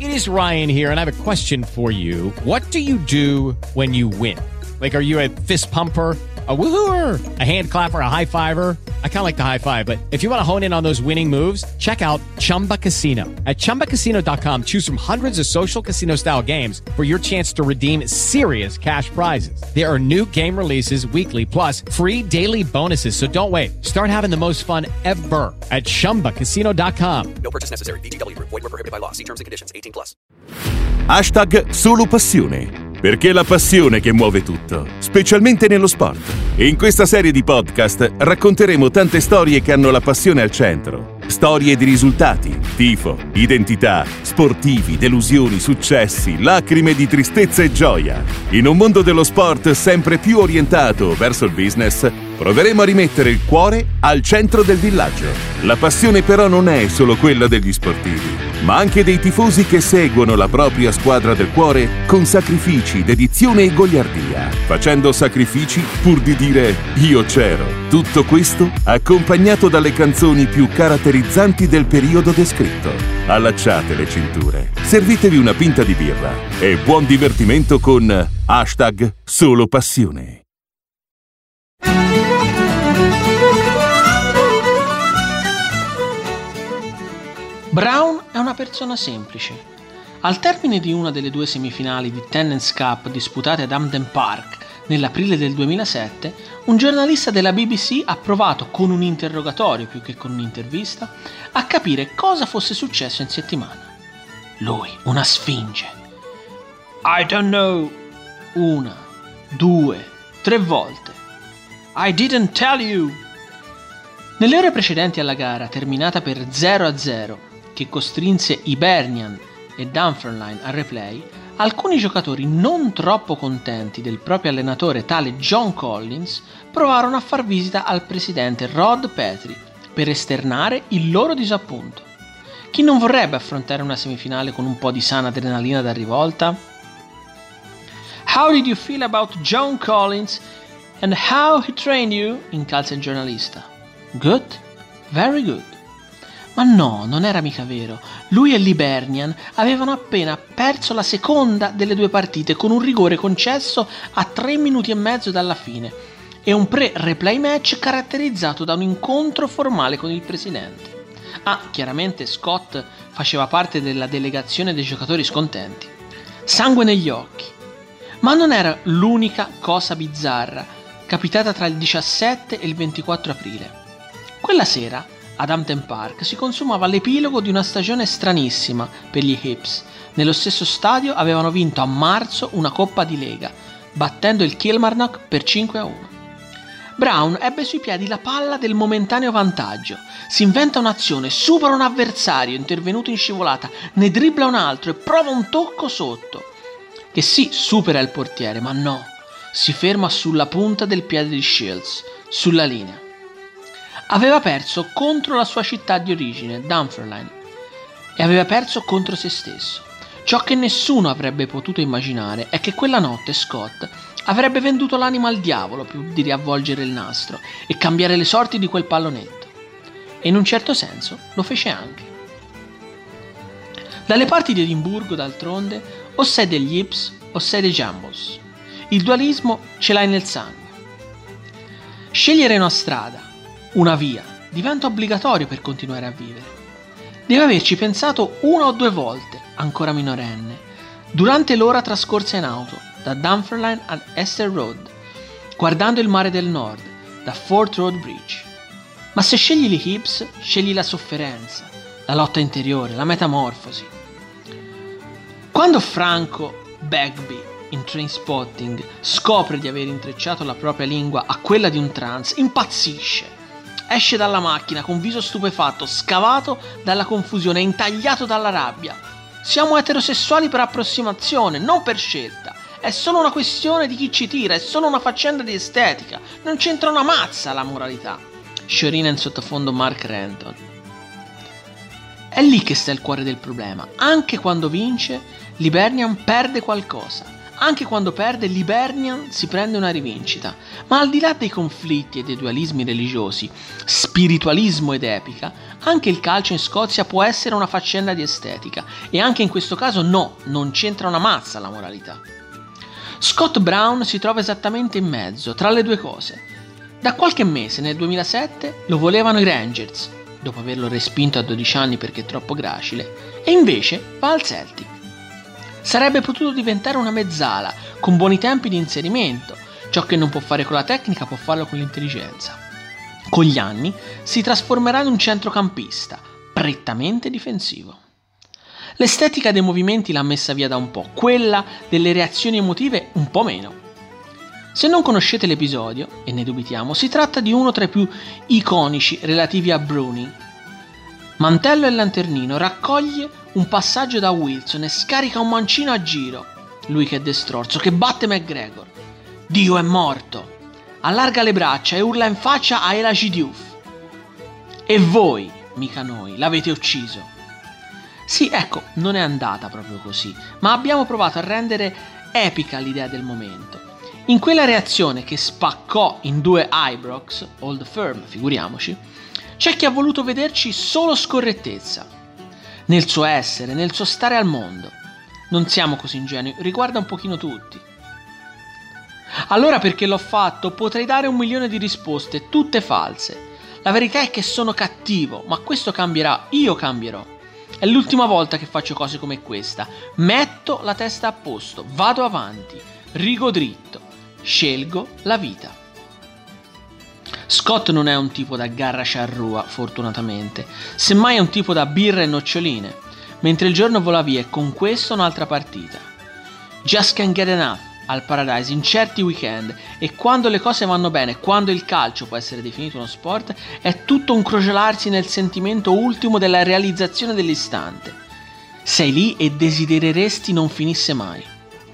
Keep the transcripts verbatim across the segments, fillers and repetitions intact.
It is Ryan here, and I have a question for you. What do you do when you win? Like, are you a fist pumper, a woohooer, a hand clapper, a high fiver? I kind of like the high five, but if you want to hone in on those winning moves, check out Chumba Casino. At chumba casino dot com, choose from hundreds of social casino style games for your chance to redeem serious cash prizes. There are new game releases weekly, plus free daily bonuses. So don't wait. Start having the most fun ever at chumba casino dot com. No purchase necessary. V G W Group. Void where prohibited by law. See terms and conditions. eighteen plus. Hashtag solo passione. Perché è la passione che muove tutto, specialmente nello sport. E in questa serie di podcast racconteremo tante storie che hanno la passione al centro. Storie di risultati, tifo, identità, sportivi, delusioni, successi, lacrime di tristezza e gioia. In un mondo dello sport sempre più orientato verso il business, proveremo a rimettere il cuore al centro del villaggio. La passione però non è solo quella degli sportivi, ma anche dei tifosi che seguono la propria squadra del cuore con sacrifici, dedizione e goliardia, facendo sacrifici pur di dire io c'ero. Tutto questo accompagnato dalle canzoni più caratterizzanti del periodo descritto. Allacciate le cinture, servitevi una pinta di birra e buon divertimento con hashtag solo passione. Brown è una persona semplice. Al termine di una delle due semifinali di Tennis Cup disputate ad Hampden Park nell'aprile del duemilasette, un giornalista della B B C ha provato, con un interrogatorio più che con un'intervista, a capire cosa fosse successo in settimana. Lui, una sfinge. I don't know. Una, due, tre volte. I didn't tell you. Nelle ore precedenti alla gara, terminata per zero a zero, che costrinse Hibernian e Dunfermline al replay, alcuni giocatori non troppo contenti del proprio allenatore tale John Collins provarono a far visita al presidente Rod Petrie per esternare il loro disappunto. Chi non vorrebbe affrontare una semifinale con un po' di sana adrenalina da rivolta? How did you feel about John Collins and how he trained you? Incalza il giornalista. Good? Very good. Ma no, non era mica vero. Lui e l'Hibernian avevano appena perso la seconda delle due partite con un rigore concesso a tre minuti e mezzo dalla fine e un pre-replay match caratterizzato da un incontro formale con il presidente. Ah, chiaramente Scott faceva parte della delegazione dei giocatori scontenti. Sangue negli occhi. Ma non era l'unica cosa bizzarra capitata tra il diciassette e il ventiquattro aprile. Quella sera ad Hampden Park si consumava l'epilogo di una stagione stranissima per gli Hibs. Nello stesso stadio avevano vinto a marzo una Coppa di Lega, battendo il Kilmarnock per cinque a uno. Brown ebbe sui piedi la palla del momentaneo vantaggio. Si inventa un'azione, supera un avversario intervenuto in scivolata, ne dribbla un altro e prova un tocco sotto. Che sì, supera il portiere, ma no, si ferma sulla punta del piede di Shields, sulla linea. Aveva perso contro la sua città di origine, Dunfermline, e aveva perso contro se stesso. Ciò che nessuno avrebbe potuto immaginare è che quella notte Scott avrebbe venduto l'anima al diavolo più di riavvolgere il nastro e cambiare le sorti di quel pallonetto. E in un certo senso lo fece anche. Dalle parti di Edimburgo, d'altronde, o sei degli Hibs o sei dei Jumbles. Il dualismo ce l'hai nel sangue. Scegliere una strada, una via, diventa obbligatorio per continuare a vivere. Deve averci pensato una o due volte, ancora minorenne, durante l'ora trascorsa in auto, da Dunfermline ad Esther Road, guardando il mare del nord, da Fort Road Bridge. Ma se scegli gli Hibs, scegli la sofferenza, la lotta interiore, la metamorfosi. Quando Franco Bagby, in Trainspotting, scopre di aver intrecciato la propria lingua a quella di un trans, impazzisce. Esce dalla macchina con viso stupefatto, scavato dalla confusione, intagliato dalla rabbia. Siamo eterosessuali per approssimazione, non per scelta. È solo una questione di chi ci tira, è solo una faccenda di estetica. Non c'entra una mazza la moralità. Sciorina in sottofondo Mark Renton. È lì che sta il cuore del problema. Anche quando vince, l'Hibernian perde qualcosa. Anche quando perde, l'Hibernian si prende una rivincita, ma al di là dei conflitti e dei dualismi religiosi, spiritualismo ed epica, anche il calcio in Scozia può essere una faccenda di estetica, e anche in questo caso no, non c'entra una mazza la moralità. Scott Brown si trova esattamente in mezzo, tra le due cose. Da qualche mese, nel duemilasette, lo volevano i Rangers, dopo averlo respinto a dodici anni perché troppo gracile, e invece va al Celtic. Sarebbe potuto diventare una mezzala, con buoni tempi di inserimento. Ciò che non può fare con la tecnica può farlo con l'intelligenza. Con gli anni si trasformerà in un centrocampista, prettamente difensivo. L'estetica dei movimenti l'ha messa via da un po', quella delle reazioni emotive un po' meno. Se non conoscete l'episodio, e ne dubitiamo, si tratta di uno tra i più iconici relativi a Bruni. Mantello e lanternino raccoglie un passaggio da Wilson e scarica un mancino a giro, lui che è destrorso, che batte McGregor. Dio è morto! Allarga le braccia e urla in faccia a Elijah Diouf. E voi, mica noi, l'avete ucciso. Sì, ecco, non è andata proprio così, ma abbiamo provato a rendere epica l'idea del momento. In quella reazione che spaccò in due Ibrox, Old Firm, figuriamoci, c'è chi ha voluto vederci solo scorrettezza. Nel suo essere, nel suo stare al mondo. Non siamo così ingenui, riguarda un pochino tutti. Allora perché l'ho fatto potrei dare un milione di risposte, tutte false. La verità è che sono cattivo, ma questo cambierà, io cambierò. È l'ultima volta che faccio cose come questa. Metto la testa a posto, vado avanti, rigo dritto, scelgo la vita. Scott non è un tipo da garra charrua, fortunatamente. Semmai è un tipo da birra e noccioline, mentre il giorno vola via e con questo un'altra partita. Just can't get enough al Paradise in certi weekend, e quando le cose vanno bene, quando il calcio può essere definito uno sport, è tutto un crogiolarsi nel sentimento ultimo della realizzazione dell'istante. Sei lì e desidereresti non finisse mai.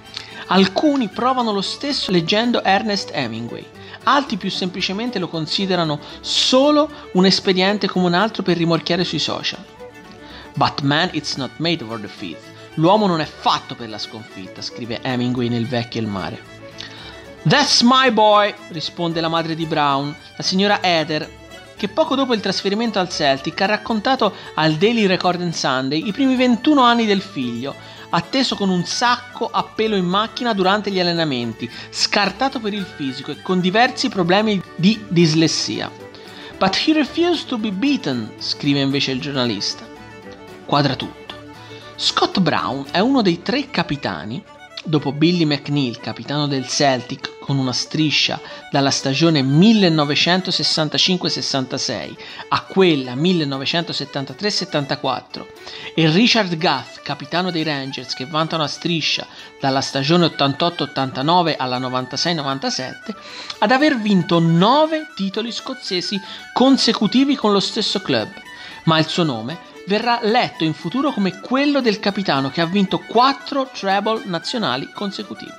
Alcuni provano lo stesso leggendo Ernest Hemingway, altri più semplicemente lo considerano solo un espediente come un altro per rimorchiare sui social. But man it's not made for defeat. L'uomo non è fatto per la sconfitta, scrive Hemingway nel Vecchio e il mare. That's my boy, risponde la madre di Brown, la signora Heather, che poco dopo il trasferimento al Celtic ha raccontato al Daily Record and Sunday i primi ventuno anni del figlio, atteso con un sacco a pelo in macchina durante gli allenamenti, scartato per il fisico e con diversi problemi di dislessia. But he refused to be beaten, scrive invece il giornalista. Quadra tutto. Scott Brown è uno dei tre capitani, dopo Billy McNeil, capitano del Celtic con una striscia dalla stagione millenovecentosessantacinque sessantasei a quella millenovecentosettantatré settantaquattro, e Richard Gath, capitano dei Rangers, che vanta una striscia dalla stagione ottantotto ottantanove alla novantasei novantasette, ad aver vinto nove titoli scozzesi consecutivi con lo stesso club, ma il suo nome verrà letto in futuro come quello del capitano che ha vinto quattro treble nazionali consecutivi.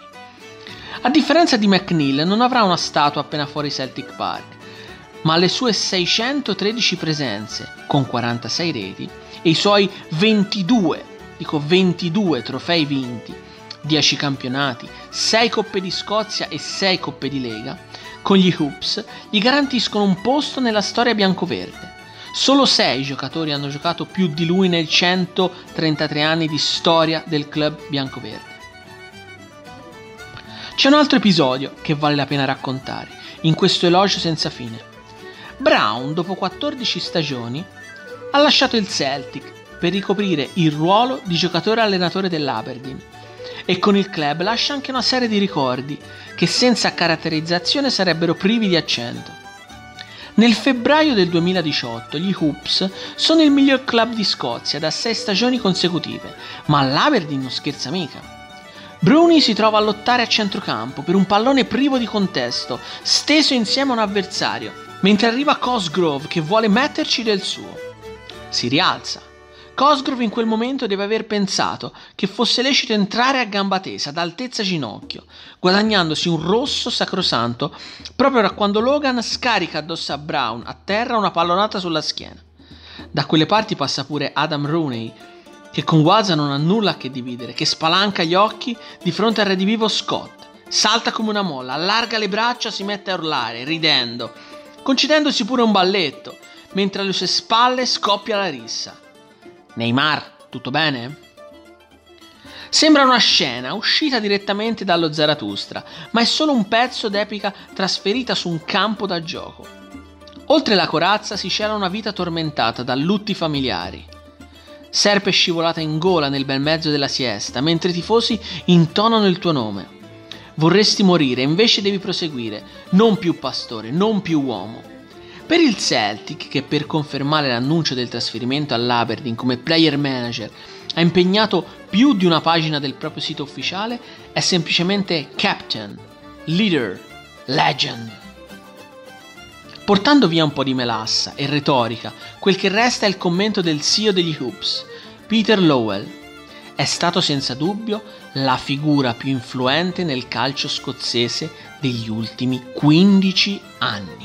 A differenza di McNeil, non avrà una statua appena fuori Celtic Park, ma le sue seicentotredici presenze con quarantasei reti e i suoi ventidue, dico ventidue trofei vinti, dieci campionati, sei coppe di Scozia e sei coppe di Lega, con gli Hoops gli garantiscono un posto nella storia biancoverde. Solo sei giocatori hanno giocato più di lui nei centotrentatré anni di storia del club biancoverde. C'è un altro episodio che vale la pena raccontare, in questo elogio senza fine. Brown, dopo quattordici stagioni, ha lasciato il Celtic per ricoprire il ruolo di giocatore-allenatore dell'Aberdeen, e con il club lascia anche una serie di ricordi che senza caratterizzazione sarebbero privi di accento. Nel febbraio del duemiladiciotto gli Hoops sono il miglior club di Scozia da sei stagioni consecutive, ma l'Aberdeen non scherza mica. Bruni si trova a lottare a centrocampo per un pallone privo di contesto, steso insieme a un avversario, mentre arriva Cosgrove che vuole metterci del suo. Si rialza. Cosgrove in quel momento deve aver pensato che fosse lecito entrare a gamba tesa, ad altezza ginocchio, guadagnandosi un rosso sacrosanto proprio da quando Logan scarica addosso a Brown a terra una pallonata sulla schiena. Da quelle parti passa pure Adam Rooney, che con Waza non ha nulla a che dividere, che spalanca gli occhi di fronte al redivivo Scott, salta come una molla, allarga le braccia, si mette a urlare, ridendo, concedendosi pure un balletto, mentre alle sue spalle scoppia la rissa. Neymar, tutto bene? Sembra una scena uscita direttamente dallo Zarathustra, ma è solo un pezzo d'epica trasferita su un campo da gioco. Oltre la corazza si cela una vita tormentata da lutti familiari. Serpe scivolata in gola nel bel mezzo della siesta, mentre i tifosi intonano il tuo nome. Vorresti morire, invece devi proseguire, non più pastore, non più uomo. Per il Celtic, che per confermare l'annuncio del trasferimento all'Aberdeen come player manager ha impegnato più di una pagina del proprio sito ufficiale, è semplicemente captain, leader, legend. Portando via un po' di melassa e retorica, quel che resta è il commento del C E O degli Hoops, Peter Lowell. È stato senza dubbio la figura più influente nel calcio scozzese degli ultimi quindici anni.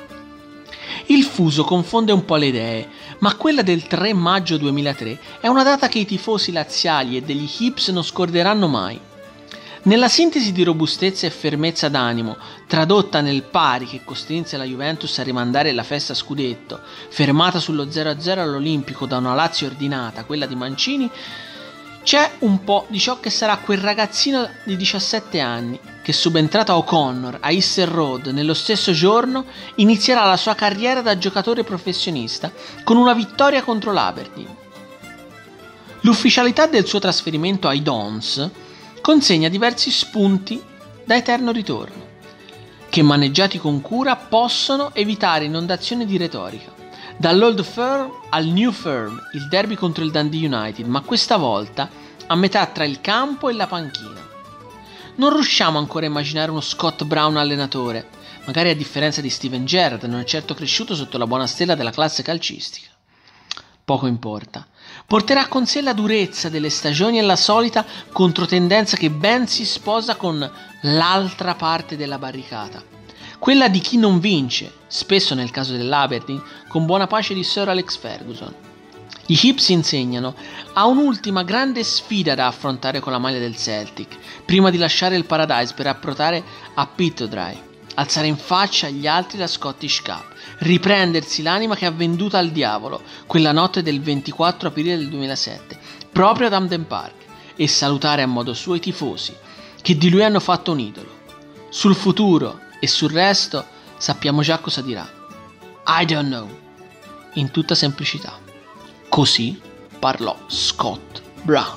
Il fuso confonde un po' le idee, ma quella del tre maggio duemilatré è una data che i tifosi laziali e degli Hibs non scorderanno mai. Nella sintesi di robustezza e fermezza d'animo, tradotta nel pari che costrinse la Juventus a rimandare la festa scudetto, fermata sullo zero a zero all'Olimpico da una Lazio ordinata, quella di Mancini, c'è un po' di ciò che sarà quel ragazzino di diciassette anni che, subentrato a O'Connor a Easter Road nello stesso giorno, inizierà la sua carriera da giocatore professionista con una vittoria contro l'Aberdeen. L'ufficialità del suo trasferimento ai Dons consegna diversi spunti da eterno ritorno, che maneggiati con cura possono evitare inondazioni di retorica. Dall'Old Firm al New Firm, il derby contro il Dundee United, ma questa volta a metà tra il campo e la panchina. Non riusciamo ancora a immaginare uno Scott Brown allenatore, magari a differenza di Steven Gerrard non è certo cresciuto sotto la buona stella della classe calcistica. Poco importa. Porterà con sé la durezza delle stagioni e la solita controtendenza che ben si sposa con l'altra parte della barricata, quella di chi non vince, spesso nel caso dell'Aberdeen, con buona pace di Sir Alex Ferguson. Gli Hibs insegnano a un'ultima grande sfida da affrontare con la maglia del Celtic, prima di lasciare il Paradise per approdare a Pittodrie, alzare in faccia agli altri la Scottish Cup, riprendersi l'anima che ha venduta al diavolo quella notte del ventiquattro aprile del duemilasette, proprio ad Hampden Park, e salutare a modo suo i tifosi, che di lui hanno fatto un idolo. Sul futuro e sul resto sappiamo già cosa dirà. I don't know. In tutta semplicità. Così parlò Scott Brown.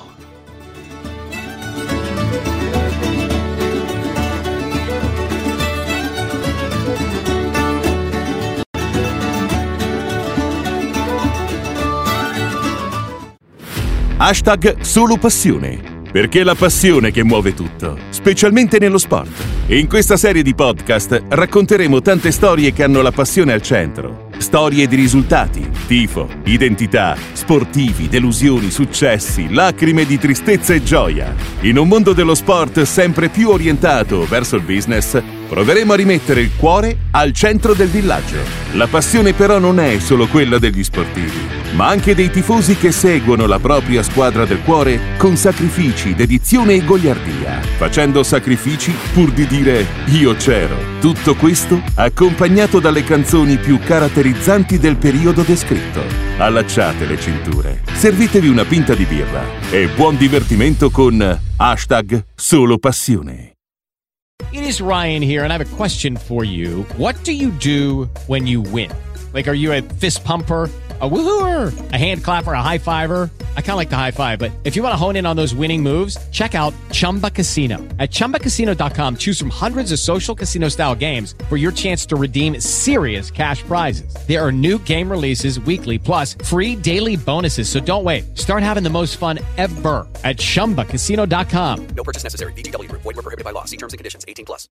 Hashtag solo passione. Perché è la passione che muove tutto, specialmente nello sport. E in questa serie di podcast racconteremo tante storie che hanno la passione al centro. Storie di risultati, tifo, identità, sportivi, delusioni, successi, lacrime di tristezza e gioia. In un mondo dello sport sempre più orientato verso il business, proveremo a rimettere il cuore al centro del villaggio. La passione però non è solo quella degli sportivi, ma anche dei tifosi che seguono la propria squadra del cuore con sacrifici, dedizione e goliardia, facendo sacrifici pur di dire io c'ero. Tutto questo accompagnato dalle canzoni più caratterizzanti del periodo descritto. Allacciate le cinture, servitevi una pinta di birra e buon divertimento con hashtag solo passione. It is Ryan here, and I have a question for you. What do you do when you win? Like, are you a fist pumper, a woohooer, a hand clapper, a high fiver? I kind of like the high five, but if you want to hone in on those winning moves, check out Chumba Casino. At chumba casino dot com, choose from hundreds of social casino style games for your chance to redeem serious cash prizes. There are new game releases weekly, plus free daily bonuses. So don't wait. Start having the most fun ever at chumba casino dot com. No purchase necessary. V G W Group. Void where prohibited by law. See terms and conditions. eighteen plus.